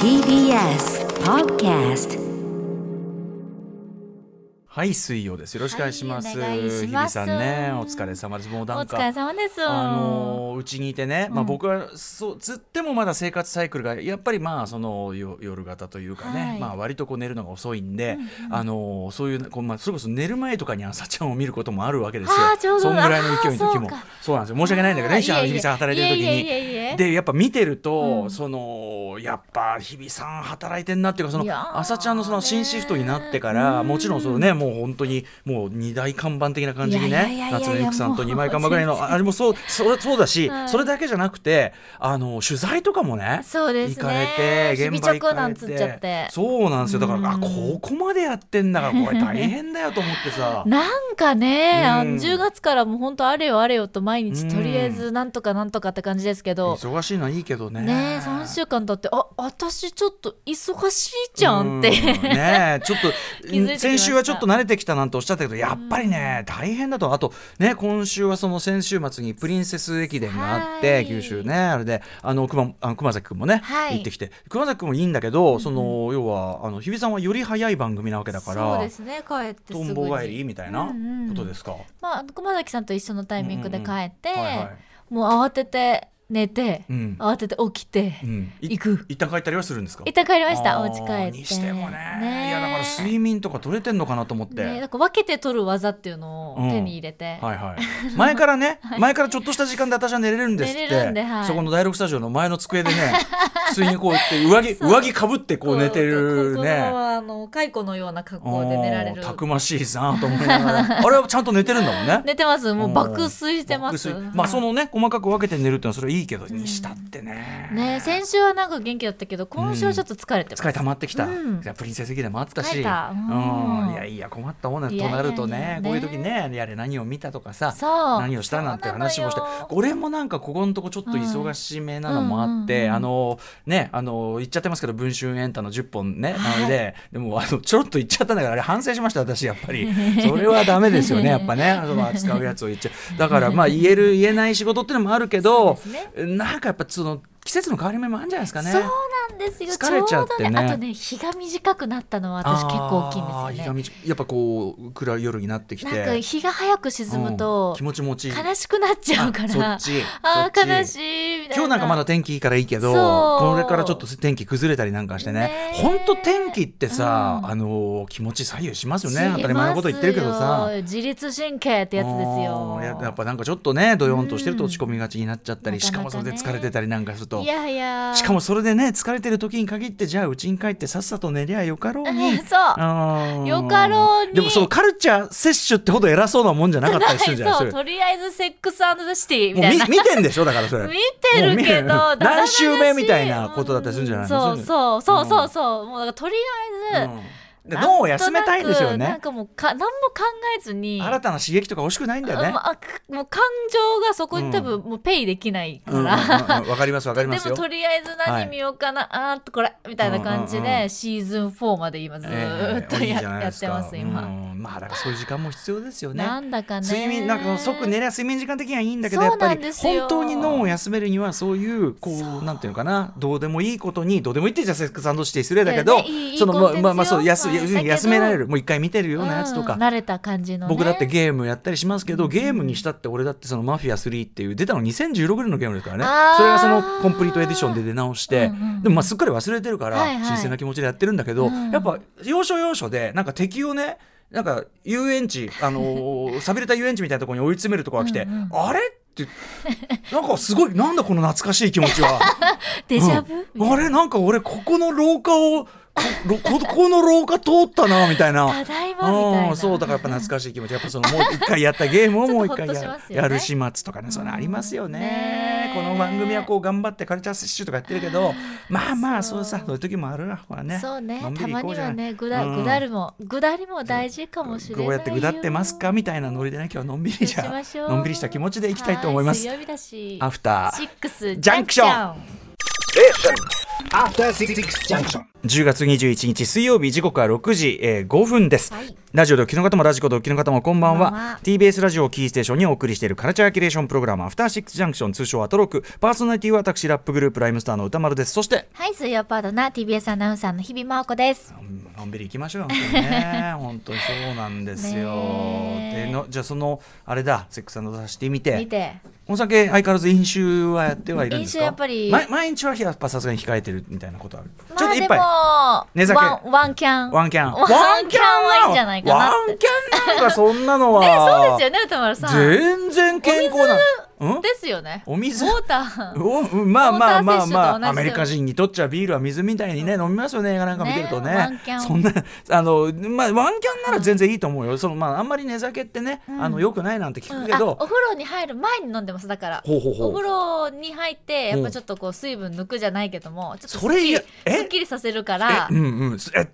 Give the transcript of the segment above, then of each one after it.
TBS Podcast。 はい、水曜です。よろしくお願いします。 はい、お願いします。 日比さんね、お疲れ様です。もうなんかお疲れ様です。 うちにいてね、僕はつってもまだ生活サイクルがやっぱりその夜型というかね、 はい、 割と寝るのが遅いんで、そういうそれこそ寝る前とかに朝ちゃんを見ることもあるわけですよ。そんぐらいの勢いの時も。そうなんですよ。申し訳ないんだけどね、日比さん働いてる時に。でやっぱ見てると、やっぱ日比さん働いてんなっていうか、朝ちゃんの新シフトになってから、もちろんもう本当にもう2大看板的な感じにね、夏目ゆくさんと2枚看板ぐらいのあれもそうだし、それだけじゃなくて取材とかもね、 そうですね、 行かれて現場行かれて、そうなんですよ。だからここまでやってんだからこれ大変だよと思ってさなんかね、10月からもう本当あれよあれよと毎日とりあえずなんとかなんとかって感じですけど、 忙しいのはいいけどね、 3週間経って私ちょっと忙しいじゃんってね、ちょっと先週はちょっと慣れてきたなんておっしゃったけど、やっぱりね大変だと。あとね、今週はその先週末にプリンセス駅伝があって、九州ね、あれで熊崎くんもね、行ってきて、熊崎くんもいいんだけど、要は日比さんはより早い番組なわけだから、 そうですね、帰ってすぐにとんぼ帰りみたいなことですか。 熊崎さんと一緒のタイミングで帰って、もう慌てて寝て、慌てて起きて、行く。 一旦帰ったりはするんですか？ 一旦帰りました。お家帰ってにしてもね、いやだから睡眠とか取れてんのかなと思って、 なんか分けて取る技っていうのを手に入れて、 前からちょっとした時間で私は寝れるんですって、そこの第6スタジオの前の机でね睡にこうやって上着かぶってこう寝てるね、 蚕のような格好で寝られる。 たくましいなと思いながらあれはちゃんと寝てるんだもんね。 寝てます。もう爆睡してます。 そのね細かく分けて寝るってのはそれはいいけど、にしたってね、 先週はなんか元気だったけど今週はちょっと疲れてます。 疲れ溜まってきた。プリンセス駅伝もあったし、いや困ったもんだとなるとね、こういう時ね、やれ何を見たとかさ、何をしたなんて話もして、俺もなんかここのとこちょっと忙しめなのもあって、言っちゃってますけど、文春エンタの10本ね、でもちょろっと言っちゃったんだから、あれ反省しました私。やっぱりそれはダメですよね、やっぱね、扱うやつを言っちゃう。だから言える言えない仕事っていうのもあるけど、なんかやっぱ季節の変わり目もあるんじゃないですかね。 そうなんですよ。 疲れちゃってね。 あとね、日が短くなったのは私結構大きいんですよね。 やっぱこう暗い夜になってきて、 なんか日が早く沈むと気持ち持ち悲しくなっちゃうから、悲しいみたいな。 今日なんかまだ天気いいからいいけど、これからちょっと天気崩れたりなんかしてね、本当天気ってさ、気持ち左右しますよね。当たり前のこと言ってるけどさ、 自律神経ってやつですよ。 やっぱなんかちょっとね、ドヨンとしてると落ち込みがちになっちゃったり、しかもそれで疲れてたりなんかすると、しかもそれでね疲れてる時に限って、じゃあ家に帰ってさっさと寝りゃよかろうにそうよかろうに。 でもそうカルチャー摂取ってほど偉そうなもんじゃなかったりするじゃない。 そう、とりあえずセックス&ザシティみたいな。 見てんでしょ、だからそれ見てるけど何週目みたいなことだったりするんじゃないの。 そうもうだからとりあえず、 脳を休めたいんですよね。 なんかもう何も考えずに、 新たな刺激とか欲しくないんだよね。 もう感情がそこに多分もうペイできないから、 わかりますよ。 でもとりあえず何見ようかな、これみたいな感じで、シーズン4まで今ずっとやってます今。 だからそういう時間も必要ですよね。 なんだかね、 睡眠なんか即寝りゃ睡眠時間的にはいいんだけど、やっぱり本当に脳を休めるにはそういうなんていうのかな、どうでもいいことに、どうでもいいってじゃセックス&シティ失礼だけど、そう休められる、もう一回見てるようなやつとか、 慣れた感じのね。僕だってゲームやったりしますけど、ゲームにしたって俺だってそのマフィア3っていう出たの2016年のゲームですからね。それがそのコンプリートエディションで出直して、でもすっかり忘れてるから、新鮮な気持ちでやってるんだけど、やっぱ要所要所でなんか敵をね、なんか遊園地寂れた遊園地みたいなところに追い詰めるところが来て、あれってなんかすごい、なんだこの懐かしい気持ちはデジャブ、 あれなんか俺ここの廊下をこの廊下通ったなみたいな、 ただいまみたいな。 そうだからやっぱ懐かしい気持ち、やっぱそのもう一回やったゲームをもう一回やる始末とかね、そういうのありますよね。この番組はこう頑張ってカルチャー摂取とかやってるけど、そういう時もあるわ、ほらね。 そうね、たまにはね、ぐだりも大事かもしれないよ。 どうやってぐだってますかみたいなノリでね、今日はのんびりした気持ちでいきたいと思います。 水曜日だし、 アフター 6 ジャンクション。 10月21日水曜日、時刻は6時、5分です、はい、ラジオでお聞きの方もラジコでお聞きの方もこんばんは。 TBS ラジオをキーステーションにお送りしているカルチャーキュレーションプログラムアフターシックスジャンクション、通称アトロク。パーソナリティは私ラップグループライムスターの歌丸です。そして水曜パートナー TBS アナウンサーの日々真央子です。 のんびり行きましょうよ本当にね本当にそうなんですよ。でじゃあそのあれだ、セックス&ザシティ見てお酒相変わらず飲酒はやってはいるんですか？ 飲酒やっぱり毎日はやっぱさすがに控えてるみたいなことある？ まあ、ちょっと一杯寝酒ワンキャンはいいんじゃないかなって。 ワンキャンなんかそんなのはね、そうですよね歌丸さん。 全然健康なですよね。 お水、 ウォーターまあアメリカ人にとっちゃビールは水みたいにね飲みますよね。映画なんか見てるとね、そんなワンキャンなら全然いいと思うよ。そのあんまり寝酒ってね、良くないなんて聞くけど、 お風呂に入る前に飲んでます。だからお風呂に入ってやっぱちょっとこう水分抜くじゃないけども、ちょっとすっきりさせるから湯上が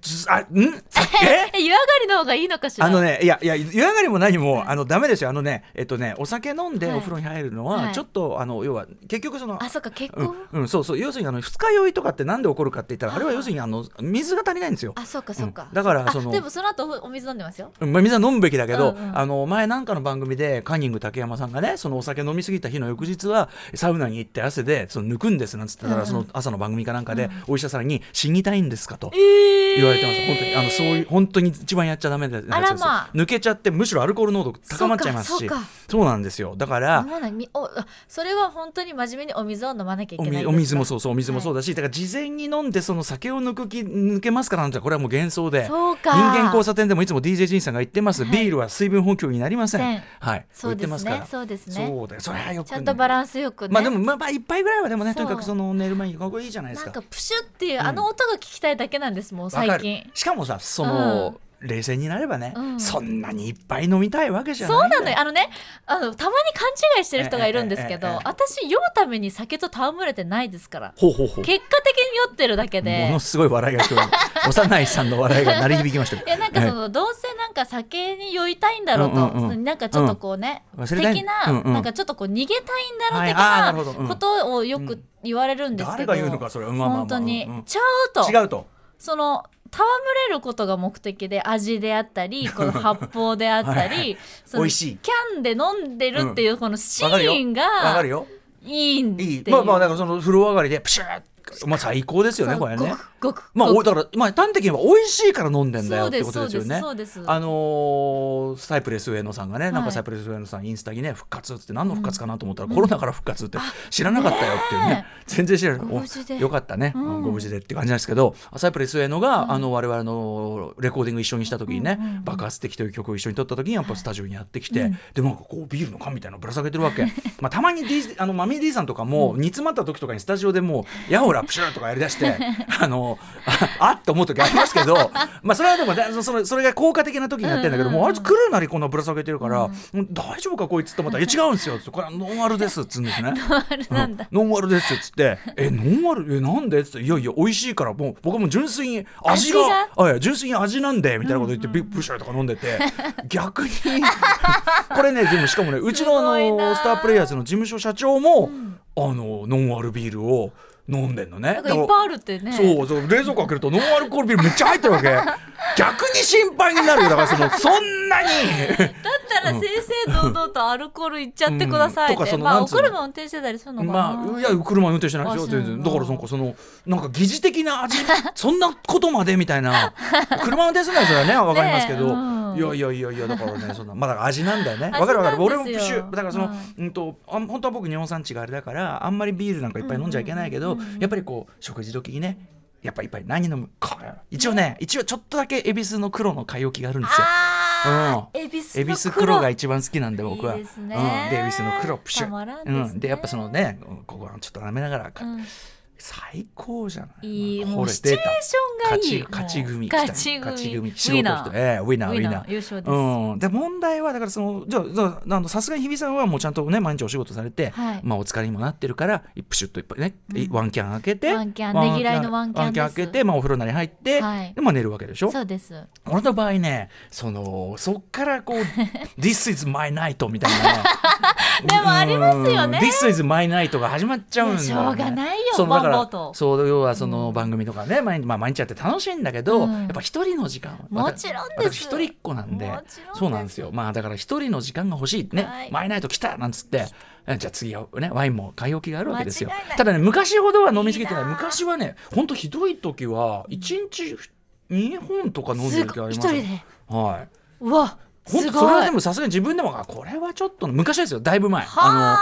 りの方がいいのかしら。 いや湯上がりも何もダメですよ。お酒飲んでお風呂に入るのはちょっと要は結局そのそうか結構そう要するに二日酔いとかってなんで起こるかって言ったら、あれは要するに水が足りないんですよ。 そうかだからでもその後お水飲んでますよ。 水は飲むべきだけど、前なんかの番組でカンニング竹山さんがね、そのお酒飲みすぎた日の翌日はサウナに行って汗でその抜くんですなんつってたら、その朝の番組かなんかでお医者さんに死にたいんですかと言われてました。本当にそういう本当に一番やっちゃダメなやつです。抜けちゃってむしろアルコール濃度高まっちゃいますし、そうなんですよ。だからそれは本当に真面目にお水を飲まなきゃいけない。 お水もそうお水もそうだし、だから事前に飲んでその酒を抜けますからなんて、これはもう幻想で、人間交差点でもいつも DJ ジンさんが言ってます、ビールは水分補給になりません。 そうですね。 そうだよ、それはよくちゃんとバランスよくね。 でも一杯ぐらいはでもね、とにかくその寝る前にここいいじゃないですか。 なんかプシュっていう音が聞きたいだけなんですもん最近。 しかもさ、その冷静になればね、そんなにいっぱい飲みたいわけじゃない。そうなのよ。 たまに勘違いしてる人がいるんですけど、私酔うために酒と戯れてないですから。結果的に酔ってるだけでものすごい笑いが聞こえる幼いさんの笑いが鳴り響きました。 なんかどうせなんか酒に酔いたいんだろうと、なんかちょっとこうね、的な、なんかちょっとこう逃げたいんだろう的なことをよく言われるんですけど、 誰が言うのかそれ。 本当に違うとその戯れることが目的で、味であったりこの発泡であったり美味しいキャンで飲んでるっていうこのシーンがいいんっていう。 だからその風呂上がりでプシュー最高ですよねこれね。だから端的には美味しいから飲んでんだよってことですよね。サイプレス上野さんがね、なんかサイプレス上野さんインスタにね復活って、何の復活かなと思ったら、コロナから復活って知らなかったよっていうね、全然知らない。よかったね、ご無事でって感じなんですけど、サイプレス上野が我々のレコーディング一緒にした時にね、爆発的という曲を一緒に撮った時にやっぱスタジオにやってきて、でなんかこうビールの缶みたいなのぶら下げてるわけ。たまにマミー D さんとかも煮詰まった時とかにスタジオでもうヤオラプシューとかやりだしてっと思う時ありますけど、それはでもそれが効果的な時にやってるんだけど、もうあいつ来るなりこんなぶら下げてるから、大丈夫かこいつって思ったら、いや違うんですよ、これはノンアルですっつうんですね。ノンアルですっつって、ノンアルなんでっつって、いや美味しいから、もう僕はもう純粋に味なんでみたいなこと言ってビップシューとか飲んでて、逆にこれね、でもしかもね、うちのスタープレイヤーズの事務所社長もノンアルビールを飲んでんのね。 なんかいっぱいあるってね。 そう冷蔵庫開けるとノンアルコールビールめっちゃ入ってるわけ。逆に心配になるよ。だからそんなにだったら正々堂々とアルコールいっちゃってくださいって。お車運転してたりするのかな。 いや車運転してないですよ全然。だからなんか疑似的な味そんなことまでみたいな。車運転するのはそれはね分かりますけど、いやだからね、まだ味なんだよね。分かる。俺もプシュだから本当は僕日本産地があれだから、あんまりビールなんかいっぱい飲んじゃいけないけど、やっぱりこう食事時にね、やっぱり何飲むか、一応ちょっとだけ恵比寿の黒の買い置きがあるんですよ。恵比寿黒が一番好きなんで僕は。で恵比寿の黒プシュ、でやっぱそのね、ここはちょっと舐めながら、最高じゃない。 もうシチュエーションがいい。 勝ち組勝ち組仕事ウィナー優勝です。 で問題はだからじゃあさすがに日比さんはもうちゃんとね毎日お仕事されて、お疲れにもなってるからプシュッといっぱいね、ワンキャン開けて、 ねぎらいのワンキャンです。 開けて、お風呂なり入って、で寝るわけでしょ。 そうです。 俺の場合ね、そっからこうThis is my night みたいなねでもありますよね。 This is my night が始まっちゃうんだよね。 しょうがないよ。 だかからそう要はその番組とかね、毎日やって楽しいんだけど、やっぱ一人の時間もちろんです。 私一人っ子なんでそうなんですよ。だから一人の時間が欲しいね、マイナイト来たなんつってじゃあ次はねワインも買い置きがあるわけですよ。ただね昔ほどは飲みすぎてない。昔はねほんとひどい時は1日2本とか飲んでる時あります。 一人で、 はい、 うわ本当それはでもさすがに自分でもこれはちょっと昔ですよ。だいぶ前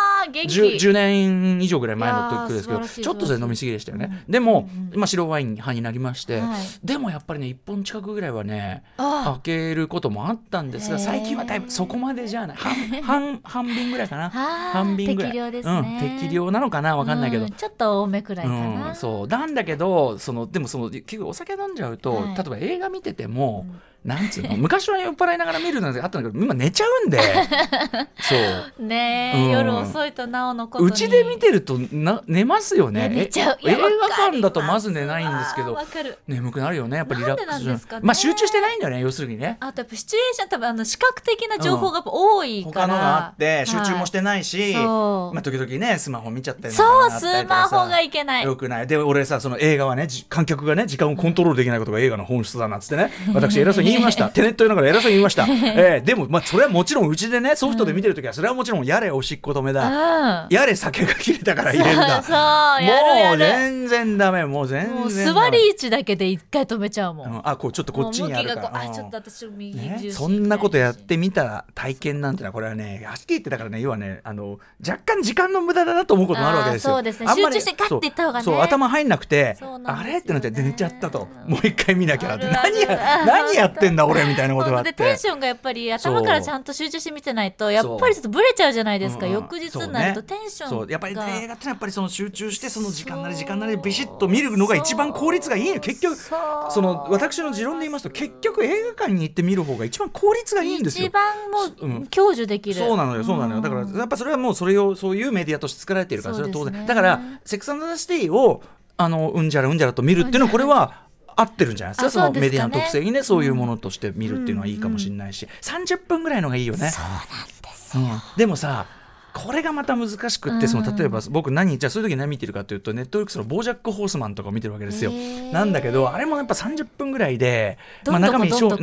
10年以上ぐらい前の時ですけどちょっとそれ飲みすぎでしたよね、でも、白ワイン派になりまして、でもやっぱりね1本近くぐらいはね開けることもあったんですが最近はだいぶそこまでじゃない半瓶ぐらいかな。半瓶ぐらい適量ですね、 適量なのかな分かんないけど、 ちょっと多めくらいかな、 そうなんだけどでも結局お酒飲んじゃうと、例えば映画見てても、なんつうの昔は酔っ払いながら見るのがあったんだけど今寝ちゃうんでそうね、夜遅いとなおのことにうちで見てると寝ますよね。 寝ちゃう。 映画館だとまず寝ないんですけど眠くなるよねやっぱりリラックスする、集中してないんだよね要するにね。 あとやっぱシチュエーション多分視覚的な情報がやっぱ多いから、 他のがあって集中もしてないし、時々ねスマホ見ちゃったりそうスマホがいけないよくない。で俺さその映画はね観客がね時間をコントロールできないことが映画の本質だなっつってね私偉そうに言いましたテネット言いながら偉そうに言いました、でもそれはもちろんうちでねソフトで見てるときはそれはもちろんやれおしっこ止めだ、やれ酒が切れたから入れるだもう全然ダメ。もう全然座り位置だけで一回止めちゃうもん、 こうちょっとこっちにやるからちょっと私右重心、 そんなことやってみた体験なんてのはこれはねはっきり言ってだからね要はね若干時間の無駄だなと思うこともあるわけですよ。 そうですね、集中してガッていった方がねそう頭入んなくてあれってなって寝ちゃったともう一回見なきゃって何やってんだ俺みたいなことがあってテンションがやっぱり頭からちゃんと集中して見てないとやっぱりちょっとブレちゃうじゃないですか、翌日になるとテンションがそうやっぱり映画ってやっぱりその集中してその時間なりビシッと見るのが一番効率がいいの。結局私の持論で言いますと結局映画館に行って見る方が一番効率がいいんですよ。 一番もう享受できる、 そうなのよ、だからやっぱそれはもうそういうメディアとして作られているからそれは当然だからセックス&ザ・シティをうんじゃらと見るっていうのはこれは合ってるんじゃないですか。そのメディアの特性にねそういうものとして見るっていうのはいいかもしれないし、30分ぐらいのがいいよね。 そうなんですよ、 でもさこれがまた難しくって例えば僕じゃあそういう時何見てるかというとネットフリックスのボージャック・ホースマンとかを見てるわけですよ。なんだけどあれもやっぱ30分ぐらいで、中身正直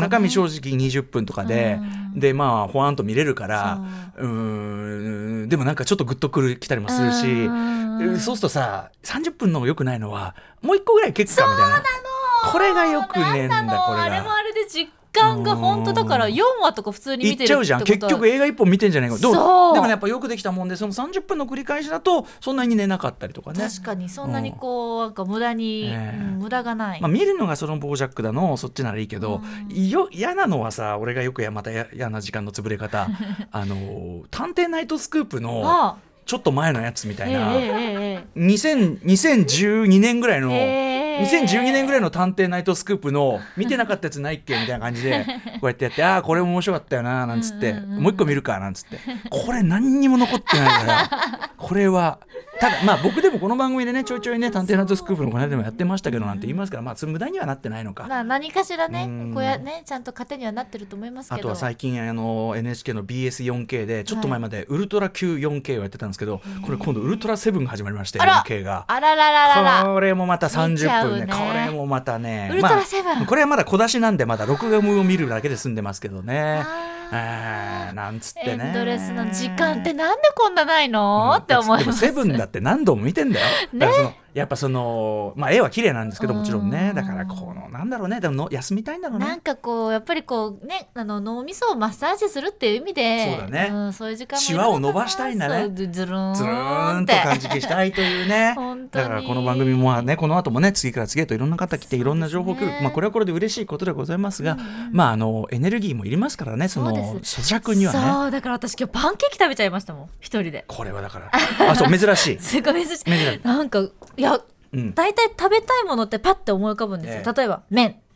20分とかでほわんと見れるからでもなんかちょっとグッときたりもするし、そうするとさ30分の良くないのはもう一個ぐらい結果みたいな。これがよくねえんだこれが。 あれもあれで時間が本当だから4話とか普通に見てるってことはいっちゃうじゃん。結局映画1本見てんじゃないか。でもねやっぱよくできたもんでその30分の繰り返しだとそんなに寝なかったりとかね。 確かにそんなになんか無駄がない、 見るのがそのボージャックだのそっちならいいけど、嫌なのはさ俺がよくまた嫌な時間の潰れ方探偵ナイトスクープのちょっと前のやつみたいな、2012年ぐらいの、2012年ぐらいの探偵ナイトスクープの見てなかったやつないっけみたいな感じでこうやってやってこれも面白かったよななんつってもう一個見るかなんつってこれ何にも残ってないからこれはただ僕でもこの番組でねちょいちょいね探偵ナイトスクープのこの間でもやってましたけどなんて言いますからそれ無駄にはなってないのか。 何かしらねこうやねちゃんと糧にはなってると思いますけど。 あとは最近NHK の BS4K でちょっと前までウルトラ Q4K をやってたんですけど、これ今度ウルトラ7が始まりまして 4K がこれもまた30分ねこれもまたねウルトラ7、 これはまだ小出しなんでまだ録画を見るだけで済んでますけどね。なんつってねエンドレスの時間ってなんでこんなないの、って思います。 でもセブンだって何度も見てんだよ、ね、やっぱ絵は綺麗なんですけどもちろんねだからなんだろうねでも休みたいんだろうね。 なんかやっぱりね脳みそをマッサージするっていう意味でそうだね、 そういう時間もシワを伸ばしたいんだね。ズルーンと感じしたいというねだからこの番組もねこの後もね次から次へといろんな方来ていろんな情報を来る、これはこれで嬉しいことでございますが、エネルギーもいりますからね咀嚼にはね。 そうだから私今日パンケーキ食べちゃいましたもん一人で。 これはだからそう珍しいすごい珍しいなんか大体食べたいものってパッて思い浮かぶんですよ、例えば麺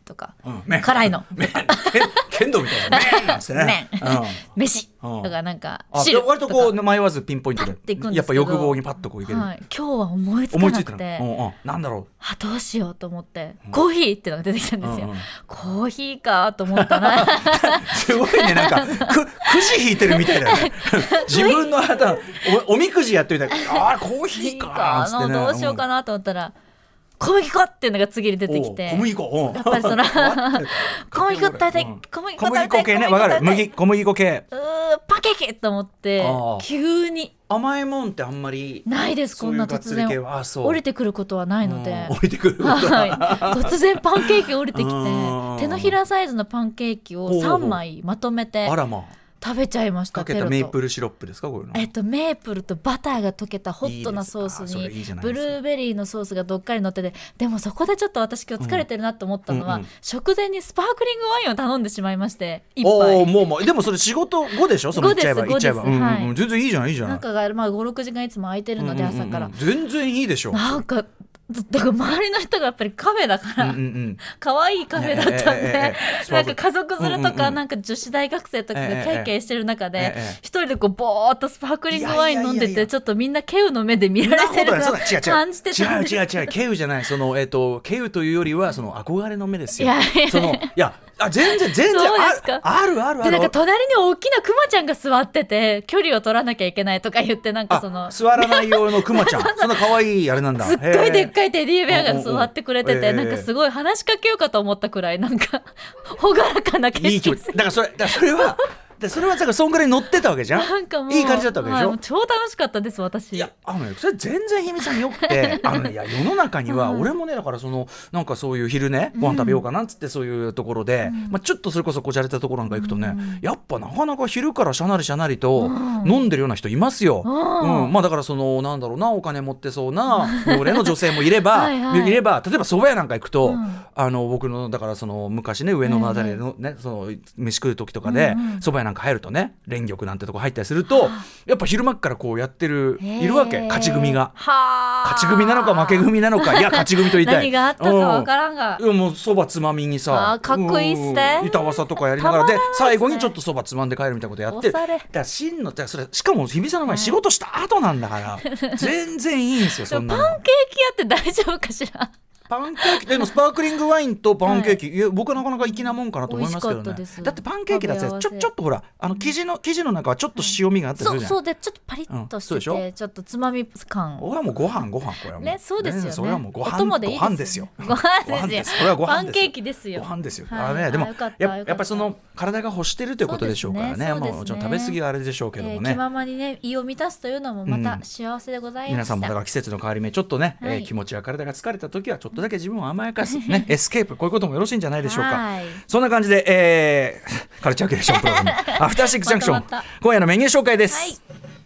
とか、辛いの剣道みたいな麺なんですね。 飯とかなんか汁割とこう迷わずピンポイントでやっぱ欲望にパッとこういける。 今日は思いつかなくて、 なんだろう、 どうしようと思ってコーヒーってのが出てきたんですよ。コーヒーかと思ったらすごいね、なんかくじ引いてるみたいだよね。自分のおみくじやってみたい。コーヒーかーってね、 どうしようかなと思ったら小麦粉っていうのが次に出てきて、 小麦粉、 やっぱりその小麦粉食べたい、小麦粉系ね、わかる、小麦粉系、 パンケーキと思って急に甘いもんってあんまりないです。こんな突然降りてくることはないので、 降りてくることは突然パンケーキ降りてきて手のひらサイズのパンケーキを3枚まとめて食べちゃいました。 かけたメープルシロップですか、こういうの。 メープルとバターが溶けたホットなソースにブルーベリーのソースがどっかり乗ってて、でもそこでちょっと私今日疲れてるなと思ったのは、食前にスパークリングワインを頼んでしまいまして、一杯。 もうでもそれ仕事後でしょ、その 5です5です、 全然いいじゃん、いいじゃん。 なんかが5、6時間いつも空いてるので、朝から全然いいでしょ。 なんかだから周りの人がやっぱりカフェだから可愛いカフェだったんで、なんか家族連れとかなんか女子大学生とかがキャイキャイしてる中で一人でこうボーっとスパークリングワイン飲んでて、ちょっとみんなケウの目で見られてるの感じてたんです。 違うケウじゃない、そのケウというよりはその憧れの目ですよ。全然あるで、なんか隣に大きなクマちゃんが座ってて距離を取らなきゃいけないとか言って、なんかその座らない用のクマちゃんそんな可愛いあれなんだ。 すっごいでっかいテディベアが座ってくれてて、なんかすごい話しかけようかと思ったくらい、なんか朗らかな景色。 だからそれはそれはだからそんぐらい乗ってたわけじゃん。 なんかもういい感じだったわけでしょ。 超楽しかったです私。 いやそれ全然ひみさんよくていや世の中には俺もね、だからそのなんかそういう昼ねご飯食べようかなっつってそういうところで、ちょっとそれこそこじゃれたところなんか行くとね、やっぱなかなか昼からしゃなりと飲んでるような人いますよ。だからそのなんだろうな、お金持ってそうな俺の女性もいれば例えば蕎麦屋なんか行くと、僕のだからその昔ね上野のあたりのね、その飯食う時とかで蕎麦屋なんか入るとね、連玉なんてとこ入ったりすると、やっぱ昼間からこうやってるいるわけ、勝ち組が。勝ち組なのか負け組なのか、いや勝ち組と言いたい。 何があったかわからんが、 もうそばつまみにさ、 かっこいいっすね、 板わさとかやりながらで最後にちょっとそばつまんで帰るみたいなことやってる。だから真のそれしかも日比さんの前仕事した後なんだから全然いいんですよ。そんなのパンケーキ屋って大丈夫かしら。 パンケーキでもスパークリングワインとパンケーキ、僕はなかなか粋なもんかなと思いますけどね。だってパンケーキだってちょっとほら生地の中はちょっと塩味があったりするじゃん。 そうでちょっとパリッとしてて、ちょっとつまみ感。 俺はもうご飯これはもうね、 そうですよね。 それはもうご飯ですよ。 ご飯ですよ。 それはご飯ですよ。 パンケーキですよ。 ご飯ですよ。でもやっぱりその体が欲してるということでしょうからね。もうちょっと食べ過ぎはあれでしょうけどもね。 気ままにね胃を満たすというのもまた幸せでございました。 皆さんもだから季節の変わり目ちょっとね、気持ちや体が疲れた時はちょっとだけ自分を甘やかね、エスケープ、こういうこともよろしいんじゃないでしょうか。そんな感じで、カルチャーキュレーションプログラムアフターシックスジャンクション今夜のメニュー紹介です。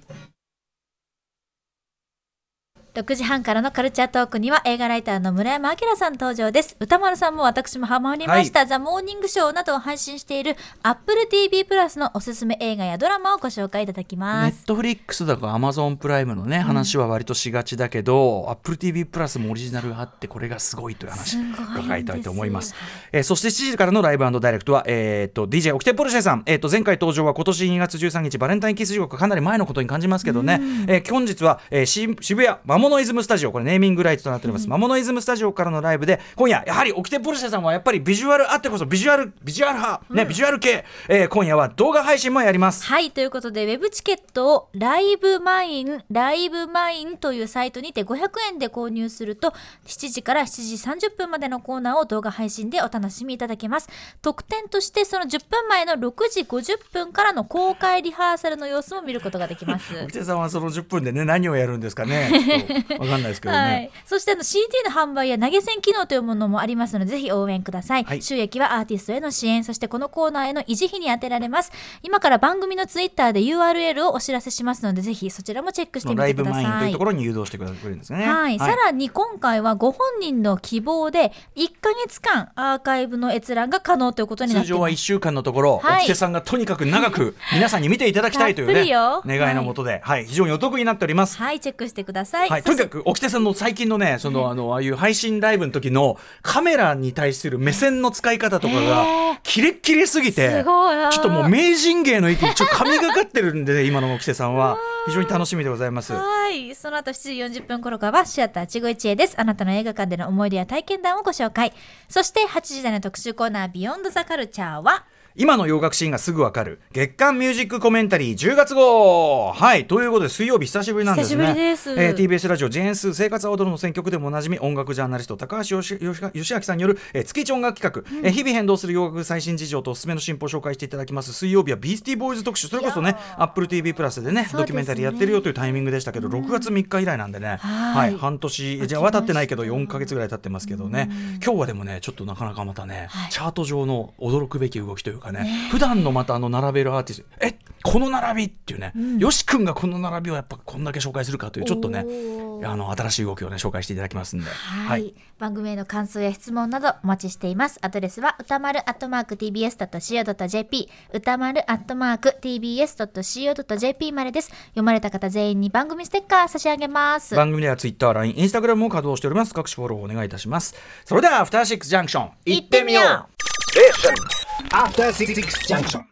6時半からのカルチャートークには映画ライターの村山明さん登場です。歌丸さんも私もハマりました、ザ・モーニングショーなどを配信している Apple TV プラスのおすすめ映画やドラマをご紹介いただきます。 ネットフリックスだから Amazon プライムのね、話は割としがちだけど、Apple TV プラスもオリジナルがあってこれがすごいという話伺いたいと思います。そして7時からのライブ&ダイレクトは、DJ オキテポルシェさん、前回登場は今年2月13日バレンタインキス時刻、かなり前のことに感じますけどね、本日は、渋谷魔物イズムスタジオ、これネーミングライトとなっております、魔物イズムスタジオからのライブで、今夜やはりオキテポルシェさんはやっぱりビジュアルあってこそビジュアル派、ビジュアル系、今夜は動画配信もやります。 はい、ということでウェブチケットをライブマインというサイトにて500円で購入すると7時から7時30分までのコーナーを動画配信でお楽しみいただけます。特典としてその10分前の6時50分からの公開リハーサルの様子も見ることができます。 オキテさんはその10分でね何をやるんですかね、ちょっと分かんないですけどね。 そしてCD の販売や投げ銭機能というものもありますのでぜひ応援ください。収益はアーティストへの支援、そしてこのコーナーへの維持費に充てられます。今から番組のツイッターで URL をお知らせしますのでぜひそちらもチェックしてみてください。 ライブマインというところに誘導してくれるんですね。 さらに今回はご本人の希望で1ヶ月間アーカイブの閲覧が可能ということになっています。 通常は1週間のところ、オキテさんがとにかく長く皆さんに見ていただきたいというね願いのもとで、非常にお得になっております。 チェックしてください。 とにかく沖手さんの最近のねああいう配信ライブの時のカメラに対する目線の使い方とかがキレッキレすぎて、ちょっともう名人芸の域にちょっと神がかってるんで、ね、今の沖手さんは非常に楽しみでございます。 はい、その後7時40分頃からはシアターちぐいちへです。あなたの映画館での思い出や体験談をご紹介。そして8時台の特集コーナービヨンドザカルチャーは今の洋楽シーンがすぐわかる月刊ミュージックコメンタリー10月号。はい、ということで水曜日久しぶりなんですね。 久しぶりです。 TBS ラジオジェーンスー生活は踊るの選曲でもおなじみ音楽ジャーナリスト高橋義明さんによる、月一音楽企画、日々変動する洋楽最新事情とおすすめの進歩を紹介していただきます。水曜日はビースティーボーイズ特集、それこそね Apple TV プラスでねドキュメンタリーやってるよというタイミングでしたけど、6月3日以来なんでね、はい、半年じゃ渡ってないけど4ヶ月ぐらい経ってますけどね、今日はでもねちょっとなかなかまたね、チャート上の驚くべき動きというかね、普段のまた並べるアーティスト、この並びっていうね、よし君がこの並びをやっぱこんだけ紹介するかというちょっとね新しい動きをね紹介していただきますんで、 はい、番組への感想や質問などお待ちしています。アドレスは歌丸@tbs.co.jp 歌丸@tbs.co.jp までです。読まれた方全員に番組ステッカー差し上げます。 番組では Twitter、LINE、Instagram も稼働しております。各種フォローお願いいたします。それではアフターシックスジャンクション行ってみよう。 After 66 junction.